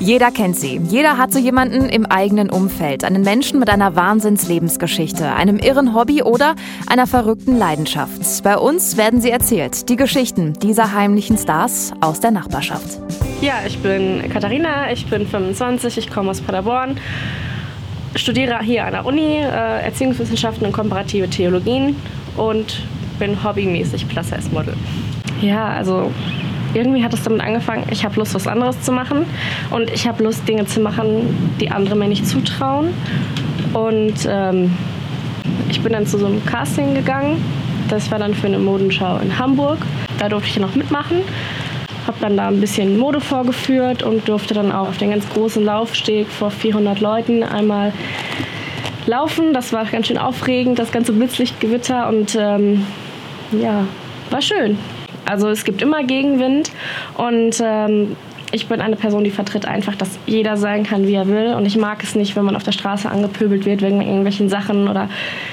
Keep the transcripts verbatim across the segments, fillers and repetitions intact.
Jeder kennt sie. Jeder hat so jemanden im eigenen Umfeld. Einen Menschen mit einer Wahnsinns-Lebensgeschichte, einem irren Hobby oder einer verrückten Leidenschaft. Bei uns werden sie erzählt. Die Geschichten dieser heimlichen Stars aus der Nachbarschaft. Ja, ich bin Katharina, ich bin fünfundzwanzig, ich komme aus Paderborn, studiere hier an der Uni äh, Erziehungswissenschaften und komparative Theologien und bin hobbymäßig Plus-Size-Model. Ja, also irgendwie hat es damit angefangen, ich habe Lust, was anderes zu machen und ich habe Lust, Dinge zu machen, die andere mir nicht zutrauen. Und ähm, ich bin dann zu so einem Casting gegangen, das war dann für eine Modenschau in Hamburg. Da durfte ich noch mitmachen, habe dann da ein bisschen Mode vorgeführt und durfte dann auch auf den ganz großen Laufsteg vor vierhundert Leuten einmal laufen. Das war ganz schön aufregend, das ganze Blitzlichtgewitter und ähm, ja, war schön. Also es gibt immer Gegenwind und ähm, ich bin eine Person, die vertritt einfach, dass jeder sein kann, wie er will. Und ich mag es nicht, wenn man auf der Straße angepöbelt wird wegen irgendwelchen Sachen. Oder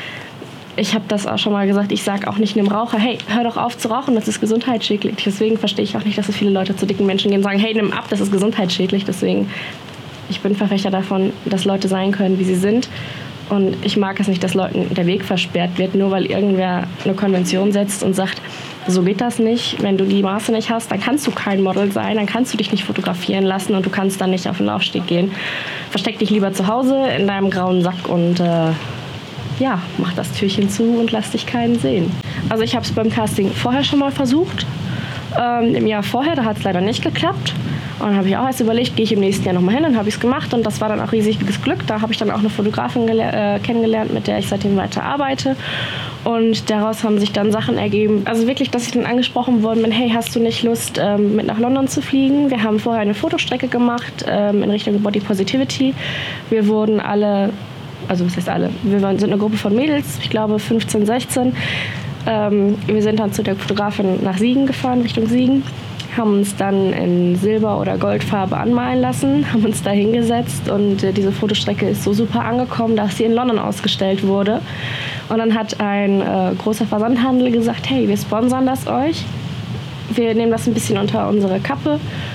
ich habe das auch schon mal gesagt, ich sage auch nicht einem Raucher, hey, hör doch auf zu rauchen, das ist gesundheitsschädlich. Deswegen verstehe ich auch nicht, dass so viele Leute zu dicken Menschen gehen und sagen, hey, nimm ab, das ist gesundheitsschädlich. Deswegen, ich bin Verfechter davon, dass Leute sein können, wie sie sind. Und ich mag es nicht, dass Leuten der Weg versperrt wird, nur weil irgendwer eine Konvention setzt und sagt, so geht das nicht. Wenn du die Maße nicht hast, dann kannst du kein Model sein, dann kannst du dich nicht fotografieren lassen und du kannst dann nicht auf den Laufsteg gehen. Versteck dich lieber zu Hause in deinem grauen Sack und äh, ja, mach das Türchen zu und lass dich keinen sehen. Also ich habe es beim Casting vorher schon mal versucht. Ähm, Im Jahr vorher, da hat es leider nicht geklappt. Und dann habe ich auch erst überlegt, gehe ich im nächsten Jahr nochmal hin. Dann habe ich es gemacht und das war dann auch riesiges Glück. Da habe ich dann auch eine Fotografin gele- äh, kennengelernt, mit der ich seitdem weiter arbeite. Und daraus haben sich dann Sachen ergeben. Also wirklich, dass ich dann angesprochen worden bin, hey, hast du nicht Lust, ähm, mit nach London zu fliegen? Wir haben vorher eine Fotostrecke gemacht ähm, in Richtung Body Positivity. Wir wurden alle, also was heißt alle? Wir waren, sind eine Gruppe von Mädels, ich glaube fünfzehn, sechzehn. Ähm, wir sind dann zu der Fotografin nach Siegen gefahren, Richtung Siegen. Haben uns dann in Silber- oder Goldfarbe anmalen lassen, haben uns da hingesetzt und äh, diese Fotostrecke ist so super angekommen, dass sie in London ausgestellt wurde. Und dann hat ein äh, großer Versandhandel gesagt, hey, wir sponsern das euch, wir nehmen das ein bisschen unter unsere Kappe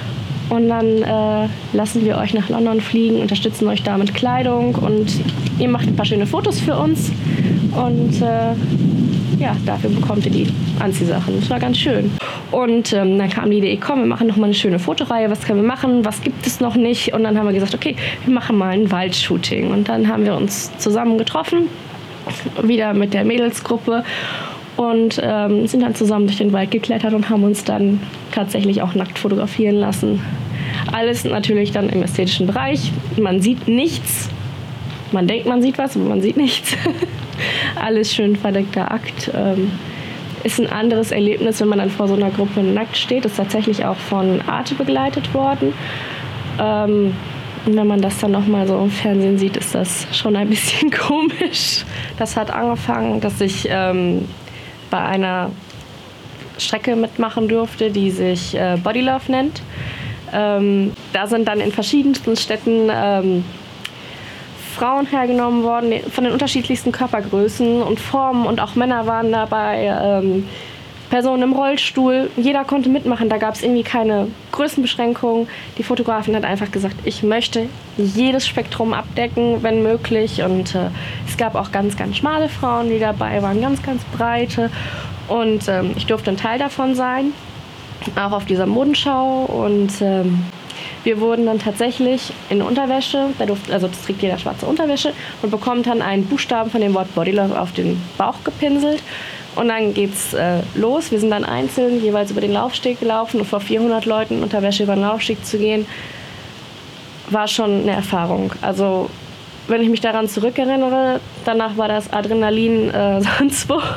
und dann äh, lassen wir euch nach London fliegen, unterstützen euch da mit Kleidung und ihr macht ein paar schöne Fotos für uns und äh, ja, dafür bekommt ihr die Anziehsachen. Das war ganz schön. Und ähm, dann kam die Idee, komm, wir machen noch mal eine schöne Fotoreihe, was können wir machen, was gibt es noch nicht? Und dann haben wir gesagt, okay, wir machen mal ein Waldshooting. Und dann haben wir uns zusammen getroffen, wieder mit der Mädelsgruppe und ähm, sind dann zusammen durch den Wald geklettert und haben uns dann tatsächlich auch nackt fotografieren lassen. Alles natürlich dann im ästhetischen Bereich. Man sieht nichts. Man denkt, man sieht was, aber man sieht nichts. Alles schön verdeckter Akt. Ähm, ist ein anderes Erlebnis, wenn man dann vor so einer Gruppe nackt steht. Ist tatsächlich auch von Arte begleitet worden. Ähm, und wenn man das dann nochmal so im Fernsehen sieht, ist das schon ein bisschen komisch. Das hat angefangen, dass ich ähm, bei einer Strecke mitmachen durfte, die sich äh, Body Love nennt. Ähm, da sind dann in verschiedensten Städten ähm, Frauen hergenommen worden, von den unterschiedlichsten Körpergrößen und Formen und auch Männer waren dabei, ähm, Personen im Rollstuhl. Jeder konnte mitmachen, da gab es irgendwie keine Größenbeschränkung. Die Fotografin hat einfach gesagt, ich möchte jedes Spektrum abdecken, wenn möglich. Und äh, es gab auch ganz, ganz schmale Frauen, die dabei waren, ganz, ganz breite. Und ähm, ich durfte ein Teil davon sein, auch auf dieser Modenschau. Und ähm, wir wurden dann tatsächlich in Unterwäsche, da durfte, also das trägt jeder schwarze Unterwäsche, und bekommt dann einen Buchstaben von dem Wort Body Love auf den Bauch gepinselt. Und dann geht's äh, los. Wir sind dann einzeln jeweils über den Laufsteg gelaufen und vor vierhundert Leuten in Unterwäsche über den Laufsteg zu gehen, war schon eine Erfahrung. Also wenn ich mich daran zurückerinnere, danach war das Adrenalin äh, sonst wo.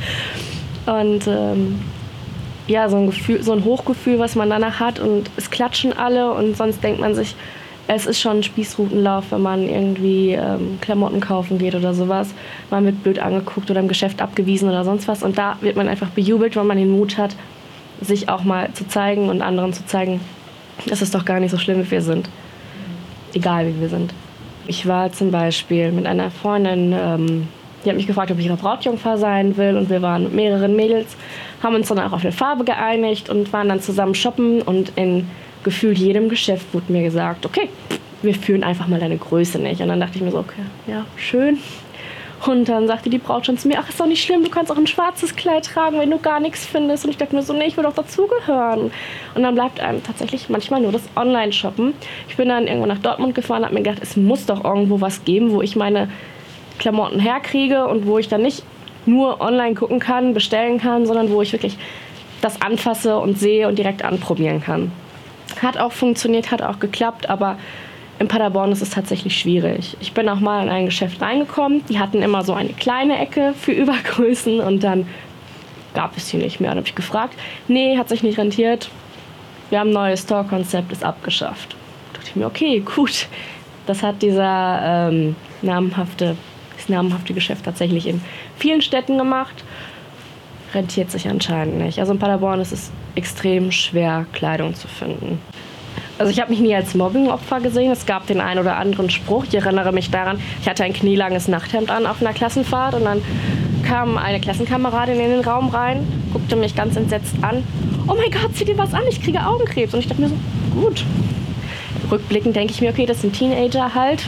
Und ähm, ja, so ein Gefühl, so ein Hochgefühl, was man danach hat, und es klatschen alle und sonst denkt man sich, es ist schon ein Spießrutenlauf, wenn man irgendwie ähm, Klamotten kaufen geht oder sowas. Man wird blöd angeguckt oder im Geschäft abgewiesen oder sonst was, und da wird man einfach bejubelt, weil man den Mut hat, sich auch mal zu zeigen und anderen zu zeigen, es ist doch gar nicht so schlimm, wie wir sind. Egal, wie wir sind. Ich war zum Beispiel mit einer Freundin, ähm, die hat mich gefragt, ob ich ihre Brautjungfer sein will, und wir waren mit mehreren Mädels, haben uns dann auch auf eine Farbe geeinigt und waren dann zusammen shoppen, und in gefühlt jedem Geschäft wurde mir gesagt, okay, wir fühlen einfach mal deine Größe nicht. Und dann dachte ich mir so, okay, ja, schön. Und dann sagte die Braut schon zu mir, ach, ist doch nicht schlimm, du kannst auch ein schwarzes Kleid tragen, wenn du gar nichts findest. Und ich dachte mir so, nee, ich will doch dazugehören. Und dann bleibt einem tatsächlich manchmal nur das Online-Shoppen. Ich bin dann irgendwann nach Dortmund gefahren und habe mir gedacht, es muss doch irgendwo was geben, wo ich meine Klamotten herkriege und wo ich dann nicht nur online gucken kann, bestellen kann, sondern wo ich wirklich das anfasse und sehe und direkt anprobieren kann. Hat auch funktioniert, hat auch geklappt, aber in Paderborn ist es tatsächlich schwierig. Ich bin auch mal in ein Geschäft reingekommen, die hatten immer so eine kleine Ecke für Übergrößen und dann gab es die nicht mehr. Dann habe ich gefragt, nee, hat sich nicht rentiert, wir haben ein neues Store-Konzept, ist abgeschafft. Da dachte ich mir, okay, gut. Das hat dieser ähm, namenhafte, das namenhafte Geschäft tatsächlich in vielen Städten gemacht. Rentiert sich anscheinend nicht. Also in Paderborn ist es extrem schwer, Kleidung zu finden. Also ich habe mich nie als Mobbing-Opfer gesehen. Es gab den einen oder anderen Spruch. Ich erinnere mich daran, ich hatte ein knielanges Nachthemd an auf einer Klassenfahrt und dann kam eine Klassenkameradin in den Raum rein, guckte mich ganz entsetzt an. Oh mein Gott, zieh dir was an, ich kriege Augenkrebs. Und ich dachte mir so, gut. Rückblickend denke ich mir, okay, das sind Teenager halt.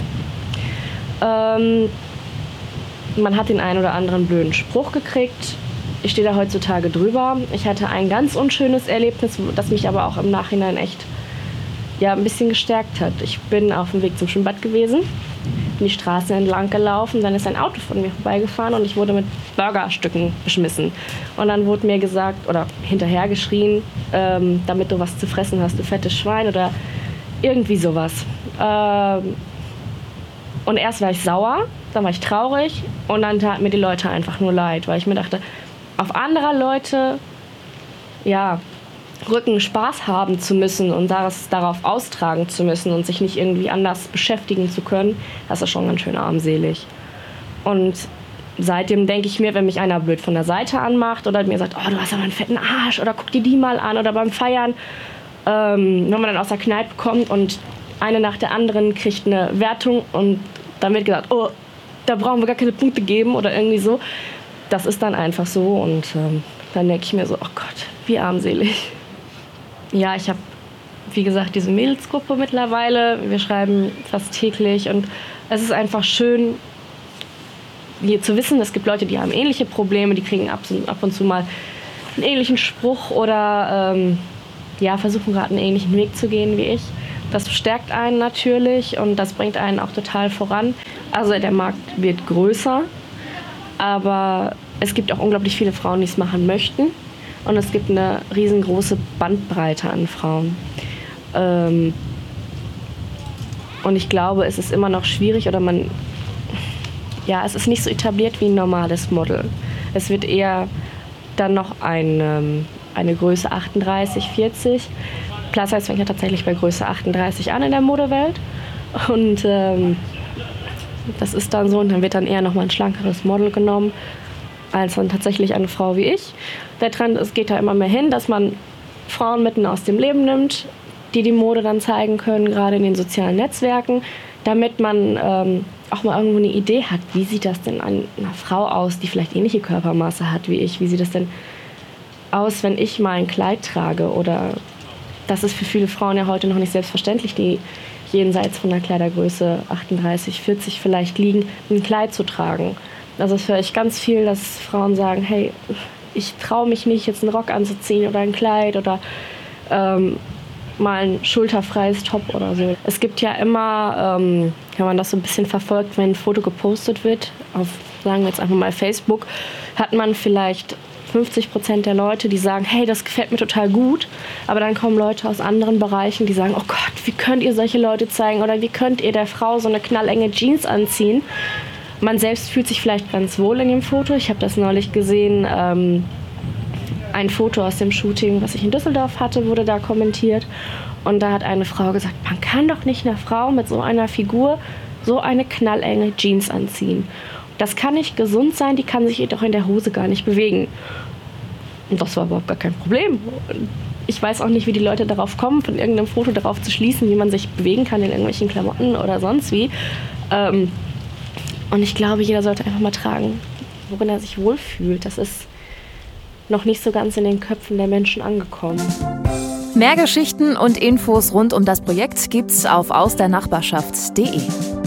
Ähm, man hat den einen oder anderen blöden Spruch gekriegt. Ich stehe da heutzutage drüber. Ich hatte ein ganz unschönes Erlebnis, das mich aber auch im Nachhinein echt ja, ein bisschen gestärkt hat. Ich bin auf dem Weg zum Schwimmbad gewesen, bin die Straßen entlang gelaufen, dann ist ein Auto von mir vorbeigefahren und ich wurde mit Burgerstücken beschmissen. Und dann wurde mir gesagt oder hinterher geschrien, ähm, damit du was zu fressen hast, du fettes Schwein oder irgendwie sowas. Ähm, und erst war ich sauer, dann war ich traurig und dann taten mir die Leute einfach nur leid, weil ich mir dachte, auf anderer Leute, ja, Rücken Spaß haben zu müssen und das darauf austragen zu müssen und sich nicht irgendwie anders beschäftigen zu können, das ist schon ganz schön armselig. Und seitdem denke ich mir, wenn mich einer blöd von der Seite anmacht oder mir sagt, oh, du hast aber einen fetten Arsch oder guck dir die mal an oder beim Feiern, ähm, wenn man dann aus der Kneipe kommt und eine nach der anderen kriegt eine Wertung und dann wird gesagt, oh, da brauchen wir gar keine Punkte geben oder irgendwie so. Das ist dann einfach so und ähm, dann denke ich mir so, oh Gott, wie armselig. Ja, ich habe, wie gesagt, diese Mädelsgruppe mittlerweile. Wir schreiben fast täglich und es ist einfach schön, hier zu wissen, es gibt Leute, die haben ähnliche Probleme, die kriegen ab, ab und zu mal einen ähnlichen Spruch oder ähm, ja, versuchen gerade einen ähnlichen Weg zu gehen wie ich. Das stärkt einen natürlich und das bringt einen auch total voran. Also der Markt wird größer, aber es gibt auch unglaublich viele Frauen, die es machen möchten. Und es gibt eine riesengroße Bandbreite an Frauen. Ähm und ich glaube, es ist immer noch schwierig oder man, ja, es ist nicht so etabliert wie ein normales Model. Es wird eher dann noch ein, ähm, eine Größe achtunddreißig, vierzig. Plus-Size fängt ja tatsächlich bei Größe achtunddreißig an in der Modewelt. Und ähm, das ist dann so und dann wird dann eher noch mal ein schlankeres Model genommen als dann tatsächlich eine Frau wie ich. Der Trend es geht da immer mehr hin, dass man Frauen mitten aus dem Leben nimmt, die die Mode dann zeigen können, gerade in den sozialen Netzwerken, damit man ähm, auch mal irgendwo eine Idee hat, wie sieht das denn an einer Frau aus, die vielleicht ähnliche Körpermaße hat wie ich, wie sieht das denn aus, wenn ich mal ein Kleid trage oder das ist für viele Frauen ja heute noch nicht selbstverständlich, die jenseits von der Kleidergröße achtunddreißig, vierzig vielleicht liegen, ein Kleid zu tragen. Also das höre ich ganz viel, dass Frauen sagen, hey, ich traue mich nicht, jetzt einen Rock anzuziehen oder ein Kleid oder ähm, mal ein schulterfreies Top oder so. Es gibt ja immer, ähm, wenn man das so ein bisschen verfolgt, wenn ein Foto gepostet wird, auf, sagen wir jetzt einfach mal Facebook, hat man vielleicht fünfzig Prozent der Leute, die sagen, hey, das gefällt mir total gut. Aber dann kommen Leute aus anderen Bereichen, die sagen, oh Gott, wie könnt ihr solche Leute zeigen oder wie könnt ihr der Frau so eine knallenge Jeans anziehen? Man selbst fühlt sich vielleicht ganz wohl in dem Foto. Ich habe das neulich gesehen, ähm, ein Foto aus dem Shooting, was ich in Düsseldorf hatte, wurde da kommentiert. Und da hat eine Frau gesagt, man kann doch nicht einer Frau mit so einer Figur so eine knallenge Jeans anziehen. Das kann nicht gesund sein, die kann sich doch in der Hose gar nicht bewegen. Und das war überhaupt gar kein Problem. Ich weiß auch nicht, wie die Leute darauf kommen, von irgendeinem Foto darauf zu schließen, wie man sich bewegen kann in irgendwelchen Klamotten oder sonst wie. Ähm, Und ich glaube, jeder sollte einfach mal tragen, worin er sich wohlfühlt. Das ist noch nicht so ganz in den Köpfen der Menschen angekommen. Mehr Geschichten und Infos rund um das Projekt gibt's auf aus der Nachbarschaft punkt de.